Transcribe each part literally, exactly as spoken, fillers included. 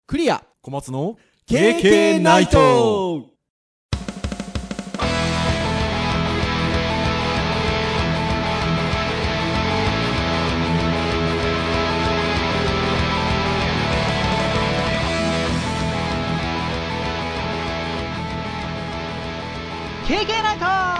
クリア小松の ケーケー ナイト。 ケーケー ナイ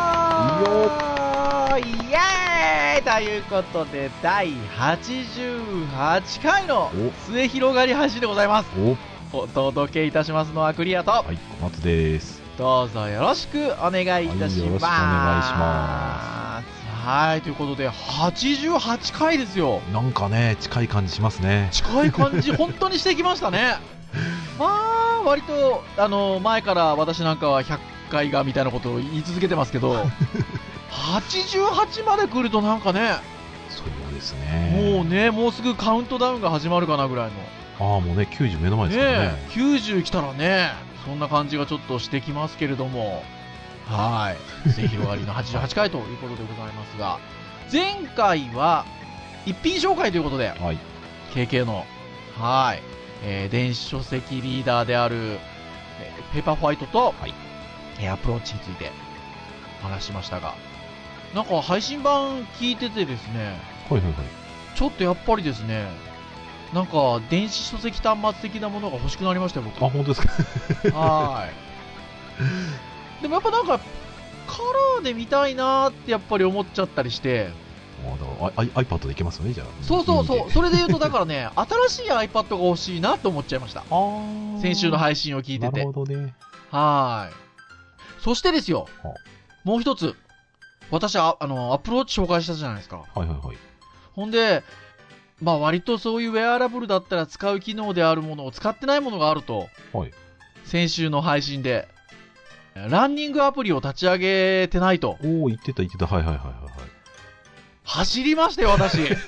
トイエーイということでだいはちじゅうはちかいの末広がり配信でございます。 お, お届けいたしますのはクリアと、 はい、小松です。 どうぞよろしくお願いいたします。 はい、よろしくお願いします。はい、ということではちじゅうはちかいですよ。 なんかね、近い感じしますね。 近い感じ本当にしてきましたね。まあ割とあの前から私なんかはひゃっかいがみたいなことを言い続けてますけどはちじゅうはちまで来るとなんかね、 そうですね、 もうね、もうすぐカウントダウンが始まるかなぐらいの。 ああ、もうね、きゅうじゅう目の前ですからね。 ね、きゅうじゅう来たらね、そんな感じがちょっとしてきますけれども、はい、末広がりのはちじゅうはちかいということでございますが、前回は一品紹介ということで、 はい、 ケーケー の、はい、えー、電子書籍リーダーである、えー、ペーパーホワイトと、はい、アプローチについて話しましたが、なんか配信版聞いててですね、 はいはいはい、 ちょっとやっぱりですね、なんか電子書籍端末的なものが欲しくなりましたよ、僕。 あ、本当ですか。 はい。でもやっぱなんかカラーで見たいなーってやっぱり思っちゃったりして。 あ、だから iPad でいけますよね、じゃあ。 そうそうそう、それで言うとだからね、新しい iPad が欲しいなと思っちゃいました。 あ、 先週の配信を聞いてて。 なるほどね。 はい。そしてですよ、もう一つ、私ああのアプローチ紹介したじゃないですか。 はいはいはい。 ほんで、まあ割とそういうウェアラブルだったら使う機能であるものを使ってないものがあると、 はい、 先週の配信でランニングアプリを立ち上げてないと。 おお、言ってた言ってた、はいはいはいはい。 走りましたよ私。 なる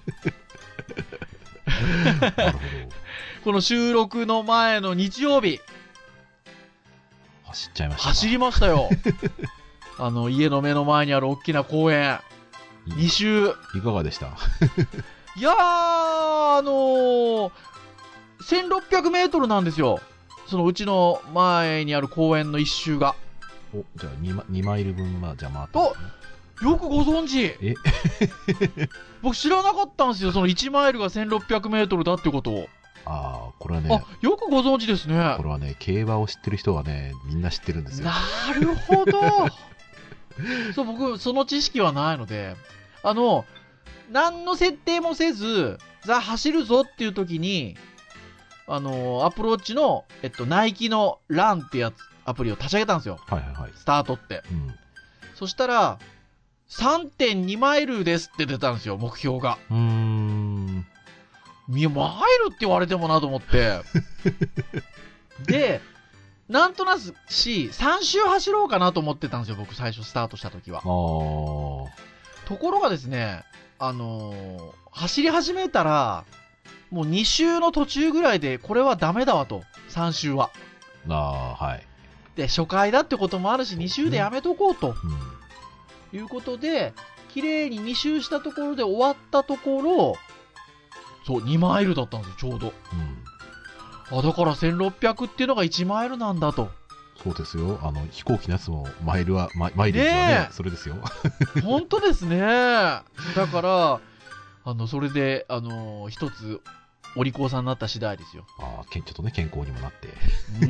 ほど。 この収録の前の日曜日、 走っちゃいました。 走りましたよ。あの家の目の前にある大きな公園に周。 いかがでした？ いやー、あのー、せんろっぴゃくメートルなんですよ、そのうちの前にある公園の一周が。 お、じゃあ 2, 2マイル分はじゃあ回ったんですね。 お、よくご存知。 え僕知らなかったんですよ、そのいちマイルがせんろっぴゃくメートルだってことを。 ああ、これはね、 あ、よくご存知ですね。 これはね、競馬を知ってる人はね、みんな知ってるんですよ。 なるほど。そう、僕その知識はないので、あの何の設定もせず、ザ走るぞっていう時に、あのアプローチの、えっと、ナイキのランってやつアプリを立ち上げたんですよ。 はいはいはい。 スタートって、 うん、 そしたら さんてんにマイルですって出たんですよ、目標が。 うーん、 いや、マイルって言われてもなと思ってで、なんとなくしさん周走ろうかなと思ってたんですよ、僕最初スタートした時は。 あ、 ところがですね、あのー、走り始めたらもうに周の途中ぐらいでこれはダメだわと、さん周は。 あー、はい。 で、初回だってこともあるしに周でやめとこうと、 うん、 いうことで綺麗にに周したところで終わったところ、そうにマイルだったんですよ、ちょうど。うん、あ、だからせんろっぴゃくっていうのがいちマイルなんだと。 そうですよ、あの飛行機のやつもマイルはマイマイレージはね、ね、それですよ。 本当ですね。だからあのそれであの一つお利口さんになった次第ですよ。 あ、ちょっとね、健康にもなって。 うん。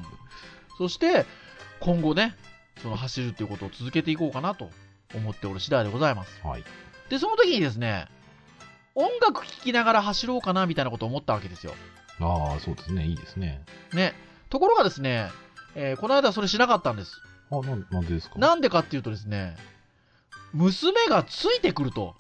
そして今後ね、その走るっていうことを続けていこうかなと思っておる次第でございます。 はい。 で、その時にですね、音楽聴きながら走ろうかなみたいなことを思ったわけですよ。 ああ、そうですね、いいですね。 ね。ところがですね、えー、この間それしなかったんです。 あ、な、なんでですか？ なんでかっていうとですね、娘がついてくると。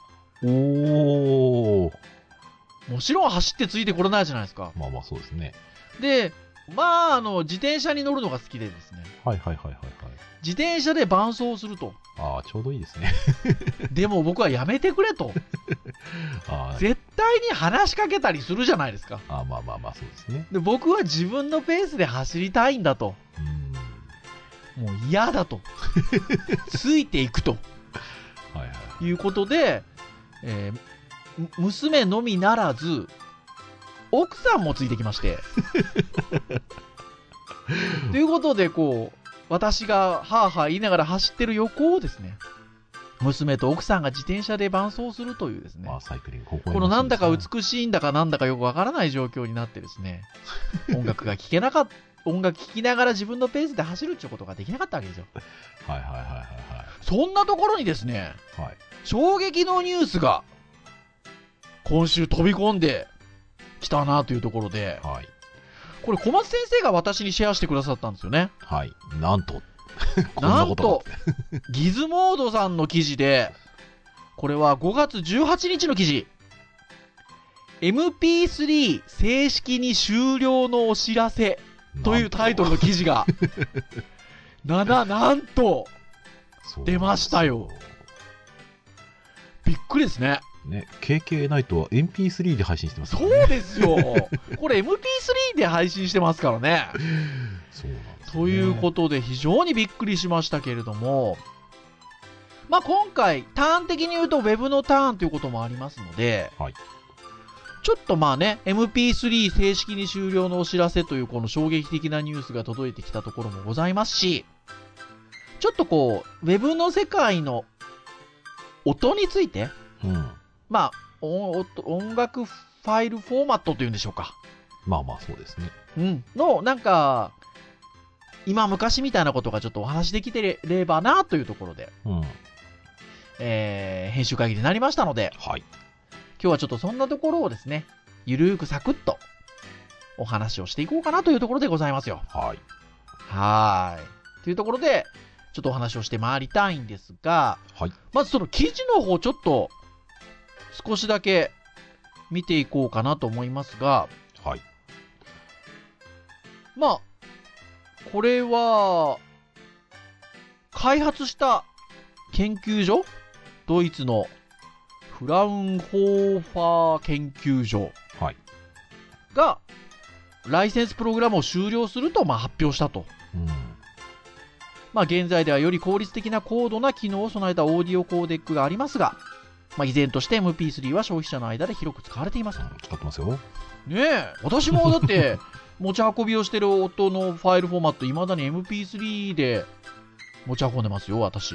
おー。 もちろん走ってついてこれないじゃないですか。 まあまあそうですね。 で、まあ、あの自転車に乗るのが好きでですね。 はいはいはいはいはい。 自転車で伴走すると。 ああ、ちょうどいいですね。 でも僕はやめてくれと。あ、絶対に話しかけたりするじゃないですか。 あ、まあまあまあそうですね。 で、僕は自分のペースで走りたいんだと。うん、もう嫌だと。ついていくと。はいはい。いうことで、えー、娘のみならず奥さんもついてきまして。ということで、こう、私がはぁはぁ言いながら走ってる横をですね、娘と奥さんが自転車で伴走するというですね、 まあ、サイクリング、 このなんだか美しいんだかなんだかよくわからない状況になってですね、音楽が聴けなかった、音楽聴きながら自分のペースで走るっていうことができなかったわけですよ。 はいはいはいはいはい。 そんなところにですね、 はい、 衝撃のニュースが今週飛び込んできたなというところで、はい、これ小松先生が私にシェアしてくださったんですよね。 はい。なんとこんなことなんとギズモードさんの記事で、これはごがつじゅうはちにちの記事、 エムピースリー 正式に終了のお知らせというタイトルの記事がなななんと出ましたよ。びっくりですね。 ね、ケーケー ナイトは エムピースリー で配信してますからね。 そうですよ。これ エムピースリー で配信してますからね。 そうなんですね。 ということで非常にびっくりしましたけれども、まあ今回ターン的に言うと Web のターンということもありますので、はい、ちょっとまあね エムピースリー 正式に終了のお知らせというこの衝撃的なニュースが届いてきたところもございますし、ちょっとこう Web の世界の音について、うん、まあ音楽ファイルフォーマットというんでしょうか。 まあまあそうですね。 うん。のなんか今昔みたいなことがちょっとお話できてればなというところで、うんえー、編集会議になりましたので、はい、今日はちょっとそんなところをですね、ゆるーくサクッとお話をしていこうかなというところでございますよ。はい。はーい。というところで、ちょっとお話をしてまいりたいんですが、はい、まずその記事の方ちょっと少しだけ見ていこうかなと思いますが、はい。まあ、これは、開発した研究所、ドイツのフラウンホーファー研究所が、ライセンスプログラムを終了するとまあ発表したと。うんまあ、現在ではより効率的な高度な機能を備えたオーディオコーデックがありますが、まあ、依然として エムピースリー は消費者の間で広く使われています。 使ってますよ。 ねえ、私もだって持ち運びをしてる音のファイルフォーマット、いまだに エムピースリー で持ち運んでますよ、私。うん、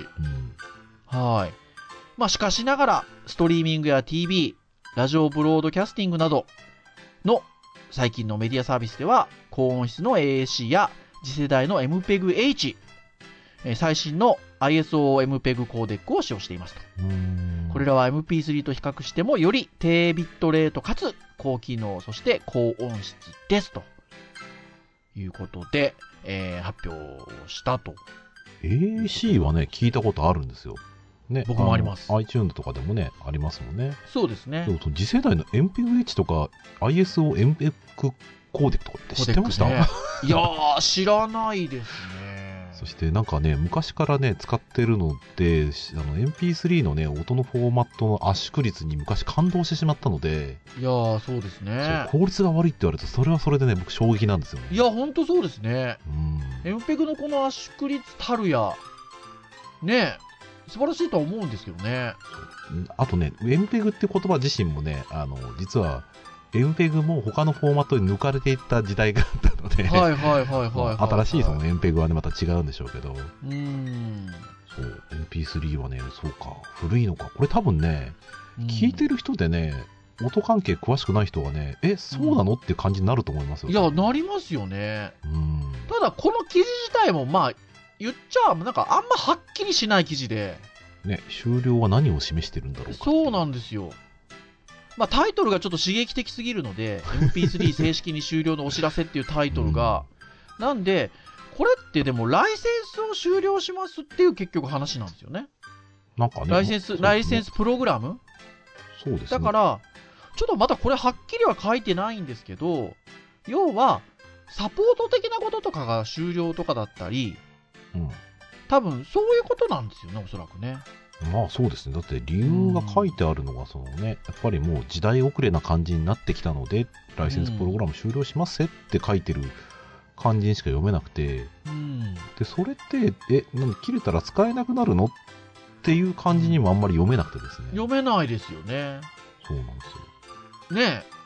はい。まあ、しかしながら、ストリーミングや ティーブイ、ラジオブロードキャスティングなどの最近のメディアサービスでは、高音質の エーエーシー や次世代の エムペグエイチ、最新の アイエスオー エムペグ コーデックを使用していますと。これらは エムピースリー と比較してもより低ビットレートかつ高機能、そして高音質ですということで、えー、発表したと。 エーエーシー はね、聞いたことあるんですよ。ね、 僕もあります。 iTunes とかでもね、ありますもんね。 そうですね。 次世代の エムペグエイチ とか アイエスオー エムペグ コーデックとかって知ってました？ ね、いやー、知らないですね。 そしてなんかね、昔からね、使ってるので、あの エムピースリー のね、音のフォーマットの圧縮率に昔感動してしまったので、 いやー、そうですね。 効率が悪いって言われると、それはそれでね、僕衝撃なんですよね。 いや、ほんとそうですね。うん。エムペグ のこの圧縮率たるや、ね、素晴らしいとは思うんですけどね。 あとね、エムペグ って言葉自身もね、あの、実は、エムペグ も他のフォーマットに抜かれていった時代があったので、はいはいはいはい、はい、新しいその エムペグ はね、また違うんでしょうけど、うーん。そう、エムピースリー はね、そうか、古いのか。これ多分ね、聞いてる人でね、音関係詳しくない人はね、え、そうなのっていう感じになると思いますよ。 いや、なりますよね。うん。ただ、この記事自体も、まあ、言っちゃ、なんかあんまはっきりしない記事で。 ね、終了は何を示してるんだろうか。 そうなんですよ。まあ、タイトルがちょっと刺激的すぎるので、エムピースリー 正式に終了のお知らせっていうタイトルが、うん、なんで、これってでもライセンスを終了しますっていう結局話なんですよね。 なんかね。 ライセンス、ね、ライセンスプログラム？ そうですね。 だから、ちょっとまだこれはっきりは書いてないんですけど、要は、サポート的なこととかが終了とかだったり、うん、多分そういうことなんですよね、おそらくね。 まあそうですね。だって理由が書いてあるのが、そのね、やっぱりもう時代遅れな感じになってきたので、ライセンスプログラム終了しますって書いてる感じにしか読めなくて、うん、で、それって、え、何、切れたら使えなくなるのっていう感じにもあんまり読めなくてですね。 読めないですよね。 そうなんですよ。ね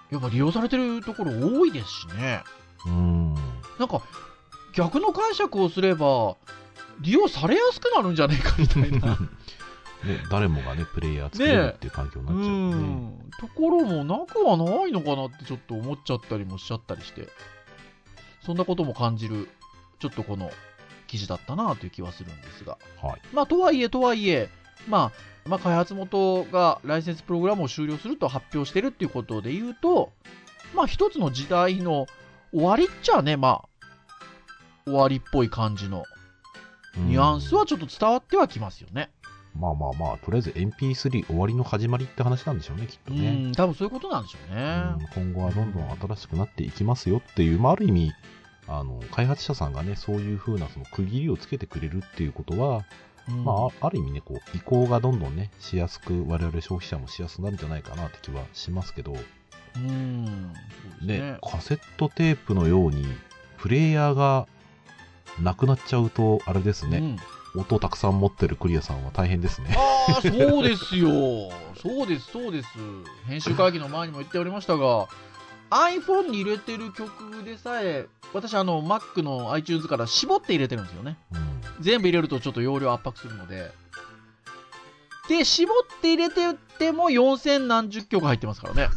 やっぱ利用されてるところ多いですしね。 うん。 なんか逆の解釈をすれば利用されやすくなるんじゃねえかみたいなね、誰もがねプレイヤー作れるっていう環境になっちゃうね。 うんところもなくはないのかなってちょっと思っちゃったりもしちゃったりして、そんなことも感じるちょっとこの記事だったなという気はするんですが、 はい、 まあとはいえとはいえ、まあ、まあ開発元がライセンスプログラムを終了すると発表してるっていうことで言うと、まあ一つの時代の終わりっちゃね、まあ終わりっぽい感じのニュアンスはちょっと伝わってはきますよね。 まあまあまあ、とりあえず エムピースリー 終わりの始まりって話なんでしょうね、きっとね。 うん、多分そういうことなんでしょうね。 うん、今後はどんどん新しくなっていきますよっていう、まあ、ある意味、あの開発者さんがね、そういう風なその区切りをつけてくれるっていうことは、うん、まあ、ある意味ね、こう移行がどんどんね、しやすく、我々消費者もしやすくなるんじゃないかなって気はしますけど、 うんそうですね、 ね、カセットテープのように、プレイヤーがなくなっちゃうと、あれですね。うん音をたくさん持ってるクリアさんは大変ですね。 ああ、そうですよ。そうです、そうです。編集会議の前にも言っておりましたが、iPhone に入れてる曲でさえ、私、あの、Mac の iTunes から絞って入れてるんですよね。うん、全部入れるとちょっと容量圧迫するので。で、絞って入れててもよんせん何十曲入ってますからね。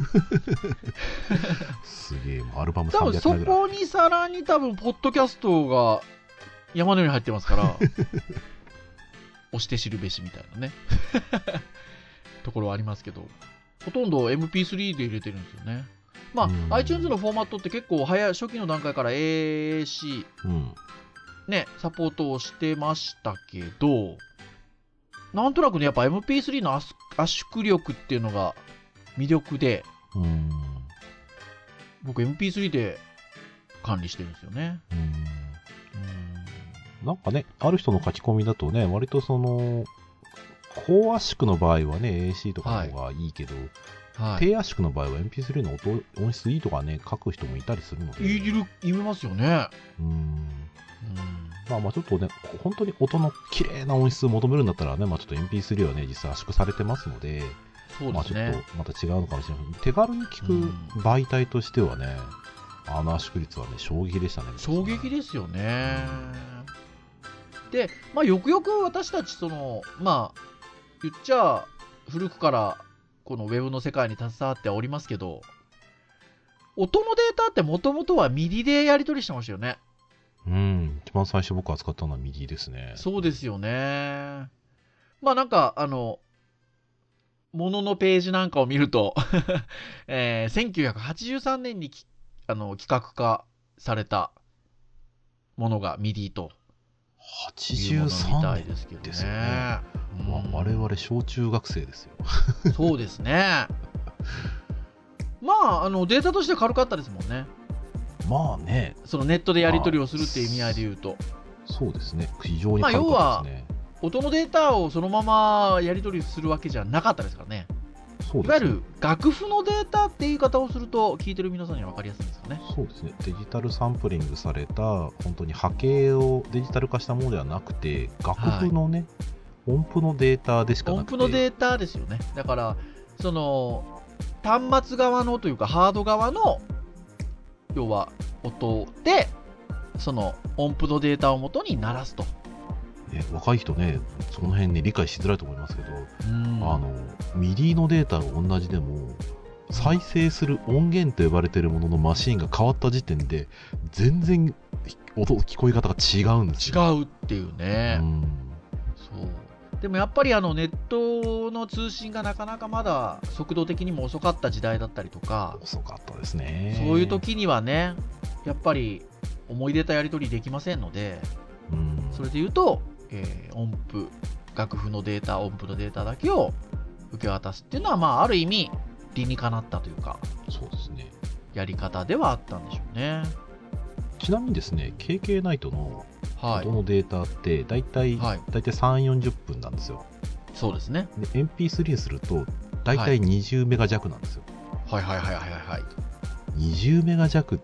すげえ、アルバムさんびゃく多分そこにさらに多分、ポッドキャストが、山のように入ってますから押して知るべしみたいなねところはありますけど、ほとんど エムピースリー で入れてるんですよね。まあ iTunes のフォーマットって結構早い初期の段階から エーエーシー、うん、ねサポートをしてましたけど、なんとなくねやっぱ エムピースリー の圧縮力っていうのが魅力で、うん僕 エムピースリー で管理してるんですよね。うんなんかね、ある人の書き込みだとね、割とその、高圧縮の場合はね、エーエーシー とかの方がいいけど、はい、低圧縮の場合は エムピースリー の音音質いいとかね、書く人もいたりするので。 いる、いますよね。 うん。うんまあまあちょっとね、本当に音の綺麗な音質を求めるんだったらね、まあちょっと エムピースリー はね、実際圧縮されてますので、 そうですね。 まあちょっとまた違うのかもしれない。手軽に聞く媒体としてはね、あの圧縮率はね、衝撃でしたね。 衝撃ですよね。で、まあ、よくよく私たちそのまあ言っちゃ古くからこのウェブの世界に携わっておりますけど、音のデータってもともとはミディでやり取りしてましたよね。 うん一番最初僕が使ったのはミディですね。 そうですよね。まあなんかあのもののページなんかを見ると、えー、せんきゅうひゃくはちじゅうさんねんにあの企画化されたものがミディとはちじゅうさんねんですよね。まあ、我々小中学生ですよ。 そうですね。まああのデータとして軽かったですもんね。 まあね。 そのネットでやり取りをするっていう意味合いで言うと。 そうですね。非常に軽かったですね。まあ、要は音のデータをそのままやり取りするわけじゃなかったですからね。いわゆる楽譜のデータって言い方をすると聞いてる皆さんには分かりやすいんですよね。 そうですね。デジタルサンプリングされた本当に波形をデジタル化したものではなくて、楽譜のね、はい、音符のデータでしかなくて。 音符のデータですよね。だからその端末側のというかハード側の要は音でその音符のデータを元に鳴らすと。 若い人ね、その辺に理解しづらいと思いますけど、あのミディのデータが同じでも再生する音源と呼ばれているもののマシンが変わった時点で全然音聞こえ方が違うんですよ。違うっていうね。うんそうでもやっぱりあのネットの通信がなかなかまだ速度的にも遅かった時代だったりとか、 遅かったですね。 そういう時にはね、やっぱり思い出たやり取りできませんので、うんそれで言うとえー、音符楽譜のデータ音符のデータだけを受け渡すっていうのはまあある意味理にかなったというか、 そうですね、 やり方ではあったんでしょうね。 ちなみにですね ケーケー ナイトの音のデータってだいたいさんじゅう、よんじゅっぷんなんですよ。 そうですね。 で エムピースリー にするとだいたいにじゅうメガ弱なんですよ。 はいはいはいはいはい。 にじゅうメガ弱って、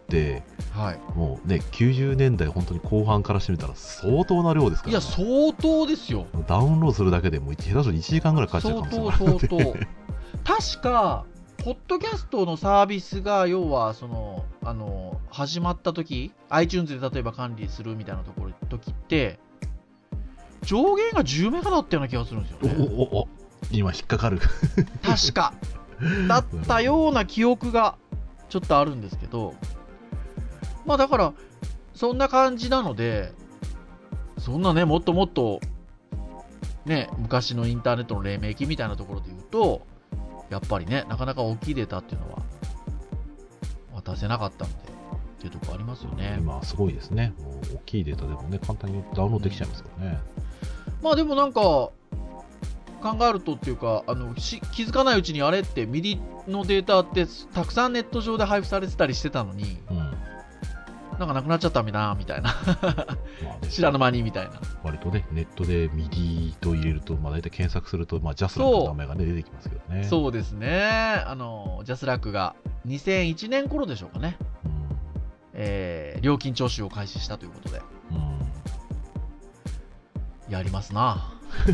はい、もうねきゅうじゅうねんだい本当に後半からしてみたら相当な量ですから、ね、 いや相当ですよ。 ダウンロードするだけでも下手するといちじかんぐらいかかっちゃうかもしれない。 相当相当確かポッドキャストのサービスが要はそのあの始まった時 iTunes で例えば管理するみたいなところ時って上限がじゅうメガだったような気がするんですよね。 おおお今引っかかる確かだったような記憶がちょっとあるんですけど、まあだからそんな感じなので、そんなねもっともっとね昔のインターネットの黎明期みたいなところで言うとやっぱりねなかなか大きいデータっていうのは渡せなかったのでっていうところありますよね。 今すごいですね。もう大きいデータでもね簡単にダウンロードできちゃいますからね、 うん、まあでもなんか考えるとっていうかあのし気づかないうちにあれってミディのデータってたくさんネット上で配布されてたりしてたのに、うん、なんかなくなっちゃったみたいなみたいな知らぬ間にみたいな。 割とねネットでミディと入れると、まあ、大体検索すると、まあ、ジャスラックの名前が、ね、出てきますけどね。 そうですね。あのジャスラックがにせんいちねん頃でしょうかね、うんえー、料金徴収を開始したということで、うん、やりますな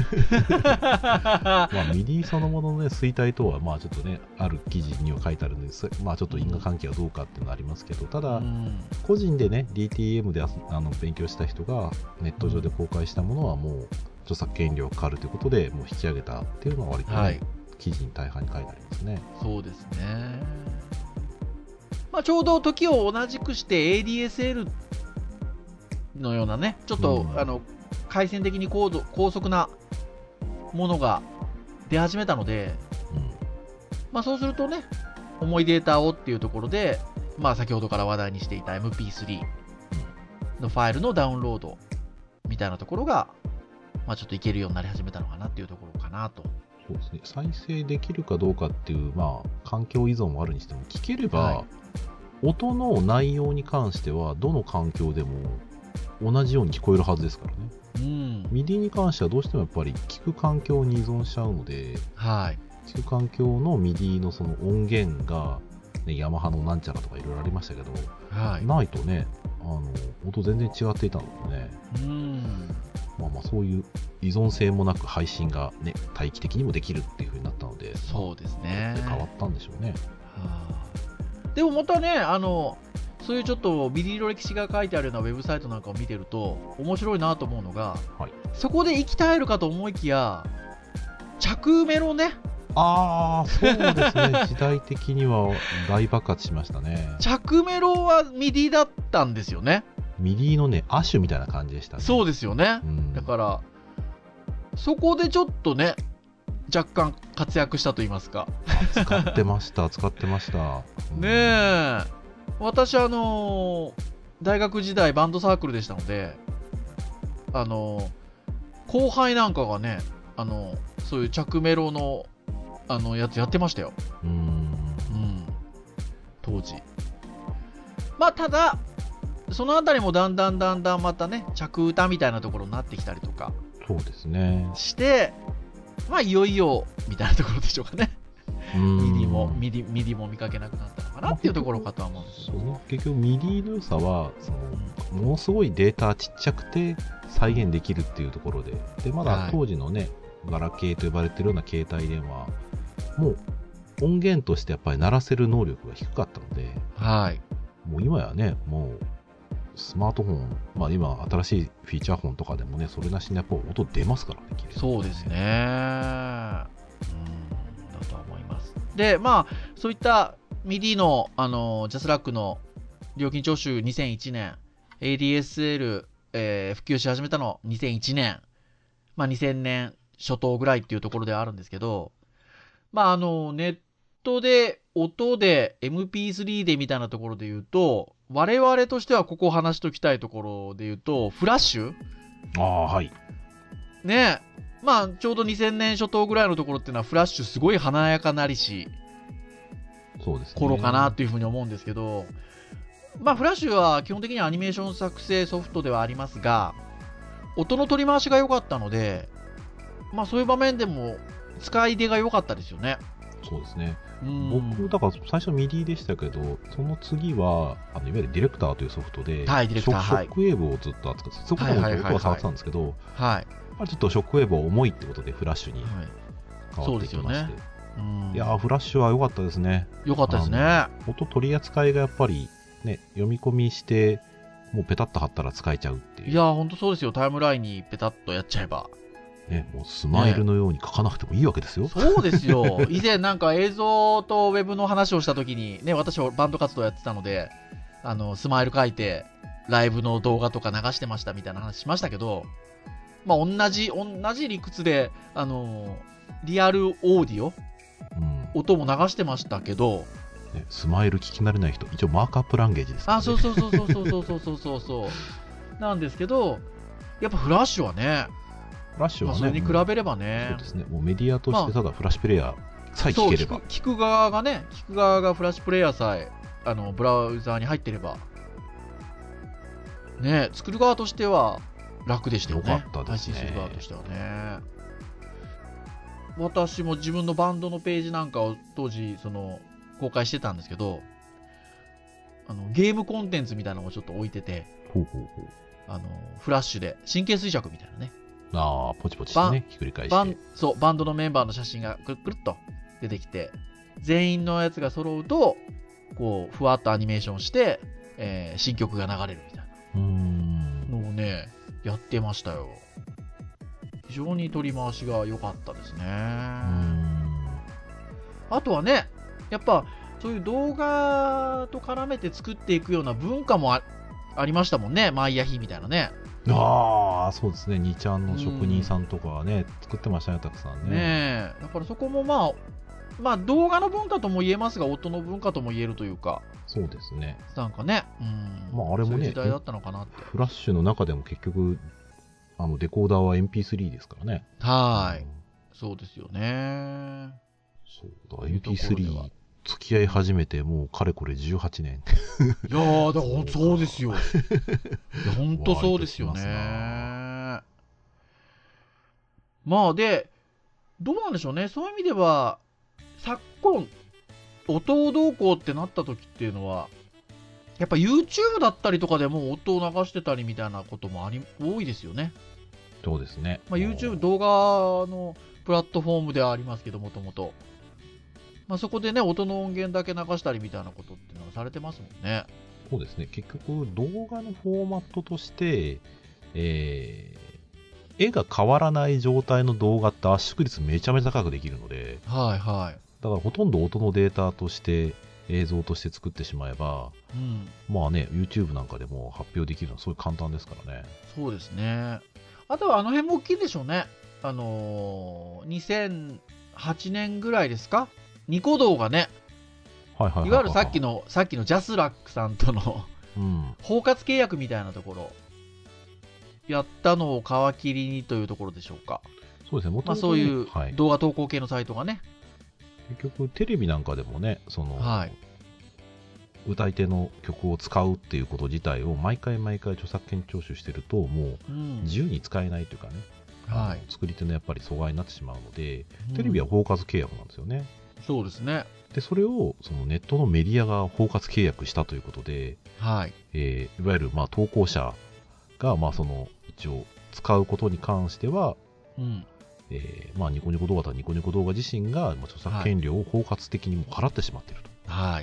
まあミディそのものの、ね、衰退とはまあちょっとねある記事には書いてあるんです、まあ、ちょっと因果関係はどうかっていうのはありますけど、ただ、うん、個人でね ディーティーエム であの勉強した人がネット上で公開したものはもう著作権料かかるということでもう引き上げたっていうのは割と、ねはい、記事に大半に書いてありますね。 そうですね、まあ、ちょうど時を同じくして エーディーエスエル のようなねちょっと、うん、あの回線的に高度高速なものが出始めたので、うんまあ、そうするとね重いデータをっていうところで、まあ、先ほどから話題にしていた エムピースリー のファイルのダウンロードみたいなところが、まあ、ちょっといけるようになり始めたのかなっていうところかなと。 そうですね、再生できるかどうかっていう、まあ、環境依存もあるにしても聞ければ、はい、音の内容に関してはどの環境でも同じように聞こえるはずですからね。うん、ミディに関してはどうしてもやっぱり聞く環境に依存しちゃうので、はい、聞く環境のミディのその音源が、ね、ヤマハのなんちゃらとかいろいろありましたけど、はい、ないとねあの音全然違っていたのでね、うんまあ、まあそういう依存性もなく配信が、ね、待機的にもできるっていう風になったので、 そうですね、 変わったんでしょうね。 はあ、でもまたねあのそういうちょっとミディの歴史が書いてあるようなウェブサイトなんかを見てると面白いなと思うのが、はい、そこで息絶えるかと思いきや着メロね。 ああそうですね時代的には大爆発しましたね。 着メロはミディだったんですよね。 ミディのね亜種みたいな感じでしたね。 そうですよね、うん、だからそこでちょっとね若干活躍したと言いますか使ってました使ってました、 うん、ねえ私あのー、大学時代バンドサークルでしたのであのー、後輩なんかがねあのー、そういう着メロのあのやつやってましたよ。うーん、うん、当時まあただそのあたりもだんだんだんだんまたね着歌みたいなところになってきたりとかそうですねしてまあいよいよみたいなところでしょうかね。ミディもミディミディも見かけなくなったのかなっていうところかとは思うんですけど、 そうね、結局ミディの良さはそのものすごいデータちっちゃくて再現できるっていうところで、でまだ当時のね、はい、ガラケーと呼ばれてるような携帯電話もう音源としてやっぱり鳴らせる能力が低かったので、はい、もう今やねもうスマートフォン、まあ、今新しいフィーチャーフォンとかでもねそれなしにやっぱ音出ますからね。 そうですね、うん、だと思います。でまあそういったミディのあのジャスラックの料金徴収にせんいちねん エーディーエスエル、えー、普及し始めたのにせんいちねん、まあ、にせんねん初頭ぐらいっていうところではあるんですけど、まああのネットで音で エムピースリー でみたいなところで言うと我々としてはここを話しときたいところで言うとフラッシュああはいねえまあちょうどにせんねん初頭ぐらいのところっていうのはフラッシュすごい華やかなりしそうですね頃かなっていうふうに思うんですけど、まあフラッシュは基本的にはアニメーション作成ソフトではありますが音の取り回しが良かったのでまあそういう場面でも使い出が良かったですよね。 そうですね、僕だから最初ミディでしたけどその次はあのいわゆるディレクターというソフトで、 はい、ディレクターショックウェーブをずっと扱ってそこでも音は触ってたんですけど、はい、ちょっとショックウェーブは重いってことでフラッシュに変わってきまして、はい、 うん、 いやーフラッシュは良かったですね。 良かったですね。 音取り扱いがやっぱりね、読み込みしてもうペタッと貼ったら使えちゃうっていう。 いやーほんとそうですよ。タイムラインにペタッとやっちゃえばね、もうスマイルのように書かなくてもいいわけですよ。 ね、そうですよ。以前なんか映像とウェブの話をした時にね、私はバンド活動やってたので、あのスマイル書いてライブの動画とか流してましたみたいな話しましたけど、まあ同じ同じ理屈であのリアルオーディオ、うん、音も流してましたけど、 ね、スマイル聞き慣れない人、一応マークアップランゲージですからね。 あ、そうそうそうそうそうそうそうそうそうなんですけど、やっぱフラッシュはね、 フラッシュはね、 まあ、それに比べればね、 そうですね、もうメディアとしてただフラッシュプレイヤーさえ聞ければ、 まあ、聞く、聞く側がね、聞く側がフラッシュプレイヤーさえあのブラウザーに入ってればね、作る側としては楽でしたよね。 よかったですね。 配信する側としてはね。私も自分のバンドのページなんかを当時その公開してたんですけど、あのゲームコンテンツみたいなのをちょっと置いてて、 ほうほうほう、 あのフラッシュで神経衰弱みたいなね、 ああポチポチしてね、ひっくり返してバンそうバンドのメンバーの写真がくるくるっと出てきて、全員のやつが揃うとこうふわっとアニメーションして、えー、新曲が流れるみたいなのをねやってましたよ。非常に取り回しが良かったですね。あとはね、やっぱそういう動画と絡めて作っていくような文化も あ, ありましたもんね。マイヤヒみたいなね。 ああそうですね、にちゃんの職人さんとかはね、作ってましたね、たくさんね。 ねえ、だからそこもまあまあ動画の文化とも言えますが、音の文化とも言えるというか、 そうですね、 なんかね、うん、 まああれもね、そういう時代だったのかなって。 フラッシュの中でも結局あのデコーダーは エムピースリー ですからね。 はい、 うん、 そうですよね。 そうだ、エムピースリー 付き合い始めてもうかれこれじゅうはちねん。いやーだからそうですよ。いや本当そうですよね。まあでどうなんでしょうね。そういう意味では昨今音をどうこうってなった時っていうのはやっぱ YouTube だったりとかでも音を流してたりみたいなこともあり多いですよね。 そうですね、 まあ、YouTube 動画のプラットフォームではありますけど、もともとまあそこでね音の音源だけ流したりみたいなことっていうのがされてますもんね。 そうですね、結局動画のフォーマットとして、えー、絵が変わらない状態の動画って圧縮率めちゃめちゃ高くできるので、 はいはい、 だからほとんど音のデータとして映像として作ってしまえば、うん、まあね YouTube なんかでも発表できるのはすごい簡単ですからね。 そうですね。あとはあの辺も大きいでしょうね。あのー、にせんはちねんぐらいですか、ニコ動がね、 はいはいはいはい、 いわゆるさっきのさっきのジャスラックさんとの、うん、包括契約みたいなところやったのを皮切りにというところでしょうか。 そうですね、 まあ、そういう動画投稿系のサイトがね、 結局テレビなんかでもね、その、 はい、 歌い手の曲を使うっていうこと自体を毎回毎回著作権徴収してるともう自由に使えないというかね、うん、はい、作り手のやっぱり阻害になってしまうので、うん、テレビは包括契約なんですよね。 そうですね。 でそれをそのネットのメディアが包括契約したということで、 はい、 えー、いわゆるまあ投稿者がまあその一応使うことに関しては、うん、えーまあ、ニコニコ動画とニコニコ動画自身が著作権料を包括的にも払ってしまっていると。 はい。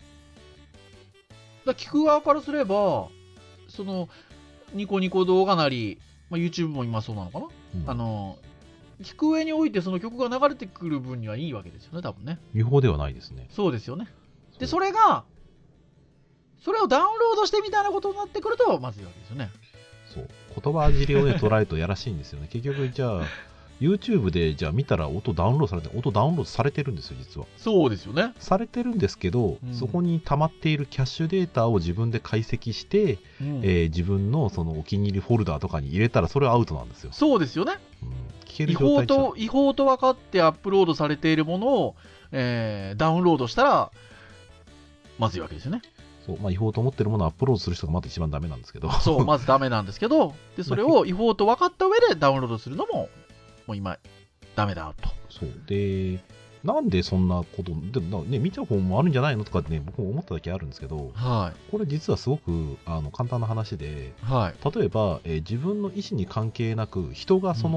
だ聞く側からすれば、そのニコニコ動画なり、まあ、YouTube も今そうなのかな、うん、あの聞く上においてその曲が流れてくる分にはいいわけですよね、多分ね。 違法ではないですね。 そうですよね。でそれがそれをダウンロードしてみたいなことになってくるとまずいわけですよね。 そう言葉尻をね捉えるとやらしいんですよね。結局じゃあYouTube でじゃあ見たら音ダウンロードされて音ダウンロードされてるんですよ、実は。 そうですよね。 されてるんですけど、うん、そこに溜まっているキャッシュデータを自分で解析して、うん、えー、自分のそのお気に入りフォルダーとかに入れたらそれはアウトなんですよ。 そうですよね。うん、聞ける状態違法と違法と分かってアップロードされているものを、えー、ダウンロードしたらまずいわけですよね。 そうまあ、違法と思ってるものをアップロードする人がまず一番ダメなんですけどそうまずダメなんですけど、でそれを違法と分かった上でダウンロードするのももう今ダメだと。 そうでなんでそんなことでも、ね、見ちゃう方もあるんじゃないのとかって、ね、僕も思っただけあるんですけど、はい、これ実はすごくあの簡単な話で、はい、例えば、えー、自分の意思に関係なく人がその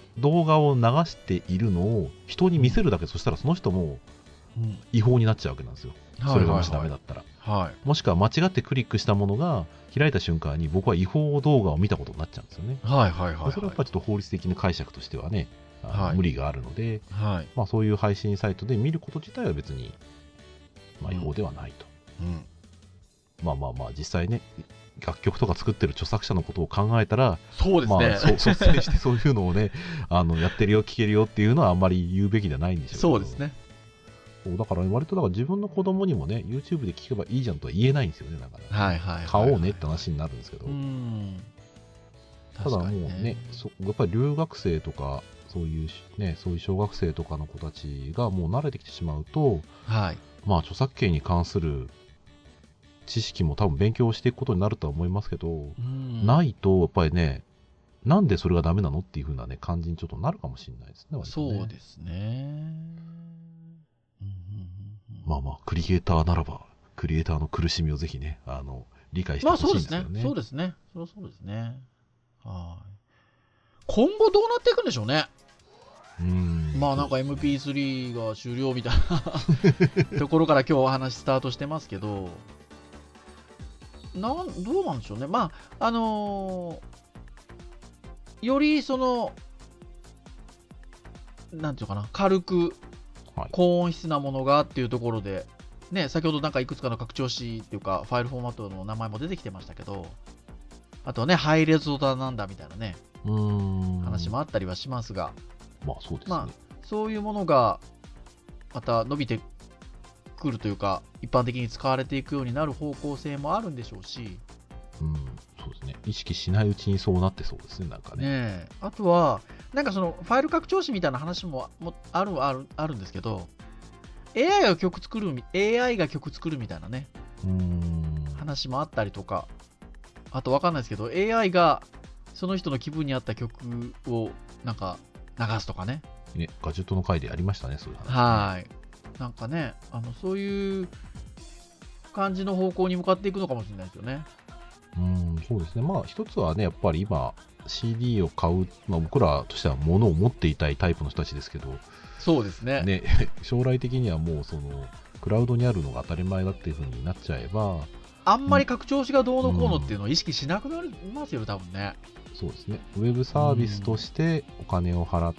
動画を流しているのを人に見せるだけ、そしたらその人も違法になっちゃうわけなんですよ、うん、それがもしダメだったら、 はいはい、 もしくは間違ってクリックしたものが開いた瞬間に僕は違法動画を見たことになっちゃうんですよね、 はいはいはいはい、 それはやっぱりちょっと法律的な解釈としてはね、はい、無理があるので、 はい、 まあ、そういう配信サイトで見ること自体は別に、まあ、違法ではないと、 うんうん、 まあまあまあ実際ね楽曲とか作ってる著作者のことを考えたら、 そうですね、 まあ、そ率先してそういうのをねあのやってるよ聞けるよっていうのはあんまり言うべきではないんでしょうけど、 そうですね、 そうだから割とだから自分の子供にもね YouTube で聞けばいいじゃんとは言えないんですよね、だから、 はいはいはいはい、 買おうねって話になるんですけど、 うん、 ただもうね、そやっぱり留学生とかそういうねそういう小学生とかの子たちがもう慣れてきてしまうと、 はい、 まあ著作権に関する知識も多分勉強していくことになるとは思いますけど、うん、ないとやっぱりね、なんでそれがダメなのっていう風なね感じにちょっとなるかもしれないですね。 そうですね。 まあまあクリエイターならばクリエイターの苦しみをぜひねあの理解してほしいんですよね。 まあそうですね。そうですね。そうですね。はい。今後どうなっていくんでしょうね。 うーんまあなんか エムピースリー が終了みたいなところから今日お話スタートしてますけど。なんどうなんでしょうね、まああのー、よりそのなんていうかな軽く高音質なものがっていうところで、ね、先ほどなんかいくつかの拡張子っていうかファイルフォーマットの名前も出てきてましたけど、あとはねハイレゾだなんだみたいなねうーん話もあったりはしますが、 まあそうですね、 まあ、そういうものがまた伸びてくるというか一般的に使われていくようになる方向性もあるんでしょうし、 うん、そうですね、意識しないうちにそうなってそうですね、なんかね。 ねあとはなんかそのファイル拡張子みたいな話ももあるあるあるんですけど、 エーアイ が曲作る エーアイ が曲作るみたいなねうーん話もあったりとか、あとわかんないですけど エーアイ がその人の気分に合った曲をなんか流すとかね、 ねガジェットの回でやりましたね、そういう話、ね、 はいなんかねあのそういう感じの方向に向かっていくのかもしれないですよね。 うん、そうですね。まあ一つはね、やっぱり今 シーディー を買う、まあ、僕らとしては物を持っていたいタイプの人たちですけど、 そうですね。 ね将来的にはもうそのクラウドにあるのが当たり前だっていう風になっちゃえば、 あんまり拡張子がどうのこうのっていうのを意識しなくなりますよ、多分ね。 そうですね。ウェブサービスとしてお金を払って、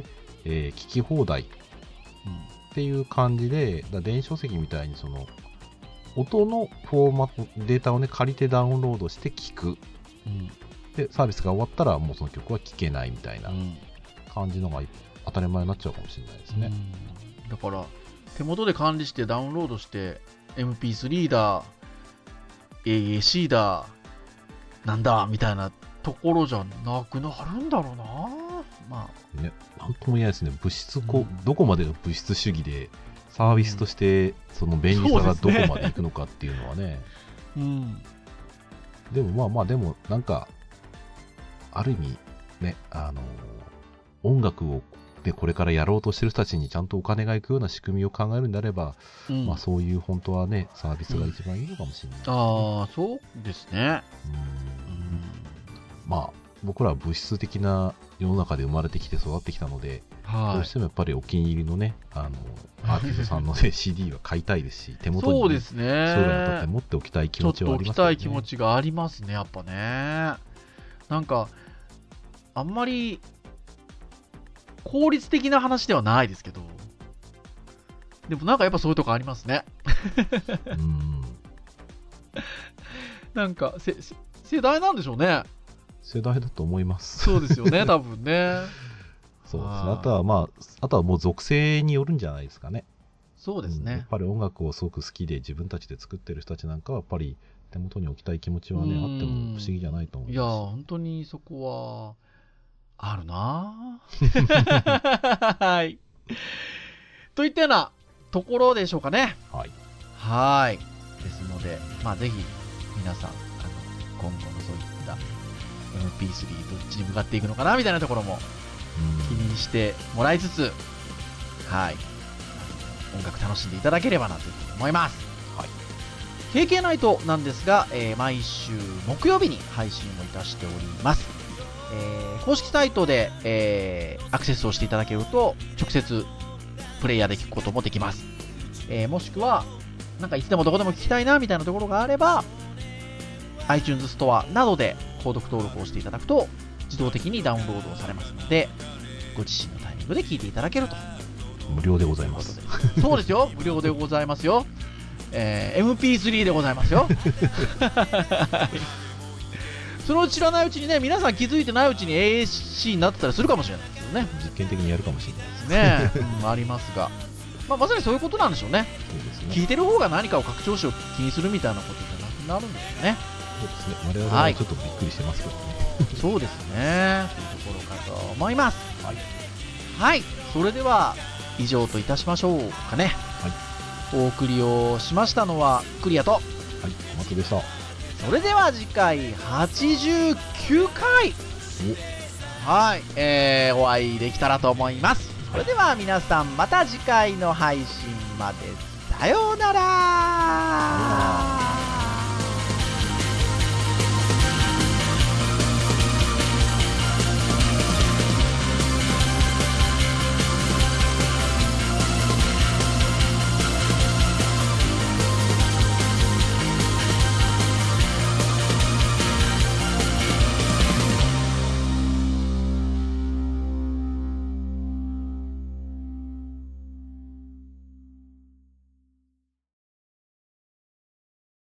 えー聞き放題っていう感じで、だ電子書籍みたいにその音のフォーマットデータをね借りてダウンロードして聞く、 うん、 でサービスが終わったらもうその曲は聴けないみたいな感じのが当たり前になっちゃうかもしれないですね、 うん、だから手元で管理してダウンロードして エムピースリー だ エーエーシー だなんだみたいなところじゃなくなるんだろうな。まあね、なんとも言えないですね。物質こ、うん、どこまでが物質主義でサービスとしてその便利さがどこまでいくのかっていうのはね。 うん、 でもまあまあでもなんかある意味ね、あの音楽をでこれからやろうとしてる人たちにちゃんとお金がいくような仕組みを考えるんであれば、うん、まあそういう本当はねサービスが一番いいのかもしれない、ね、 うん、ああそうですね。 うん、まあ僕らは物質的な世の中で生まれてきて育ってきたので、はい、どうしてもやっぱりお気に入りのねあのアーティストさんの、ね、シーディー は買いたいですし手元に、ね、 そうですね、 将来にとって持っておきたい気持ちはありますね。 ちょっと置きたい気持ちがありますねやっぱね。なんかあんまり効率的な話ではないですけど、でもなんかやっぱそういうとこありますねうんなんかせ世代なんでしょうね。 世代だと思います。 そうですよね多分ねそうですね。あとはまああとはもう属性によるんじゃないですかね。 そうですね、 うん、やっぱり音楽をすごく好きで自分たちで作ってる人たちなんかはやっぱり手元に置きたい気持ちはねあっても不思議じゃないと思います。 いや本当にそこはあるなはいといったようなところでしょうかね。 はいはいですのでまあぜひ皆さんあの今後のそういった エムピースリー どっちに向かっていくのかなみたいなところも気にしてもらいつつ、はい音楽楽しんでいただければなと思います。 はい、 ケーケー ナイトなんですが、えー、毎週木曜日に配信をいたしております。 えー、公式サイトで、えー、アクセスをしていただけると直接プレイヤーで聞くこともできます。えー、もしくはなんかいつでもどこでも聞きたいなみたいなところがあれば iTunes ストアなどで購読登録をしていただくと自動的にダウンロードをされますので、ご自身のタイミングで聞いていただけると。 無料でございます。 そうですよ、無料でございますよ。えー、エムピースリー でございますよ。そのうち知らないうちにね、皆さん気づいてないうちに エーエーシー になってたりするかもしれないですよね。 実験的にやるかもしれないですね。うん、ありますが、まあ、まさにそういうことなんでしょうね。 そうですね。 聞いてる方が何かを拡張子を気にするみたいなことじゃなくなるんですよね。 そうですね。我々はちょっとびっくりしてますけどね。 はい、そうですね。というところかと思います。はい。はい。それでは以上といたしましょうかね。はい。お送りをしましたのはクリアと、はい、 小松でした。 それでは次回はちじゅうきゅうかい、はい、えー、お会いできたらと思います。それでは皆さんまた次回の配信まで。さようなら。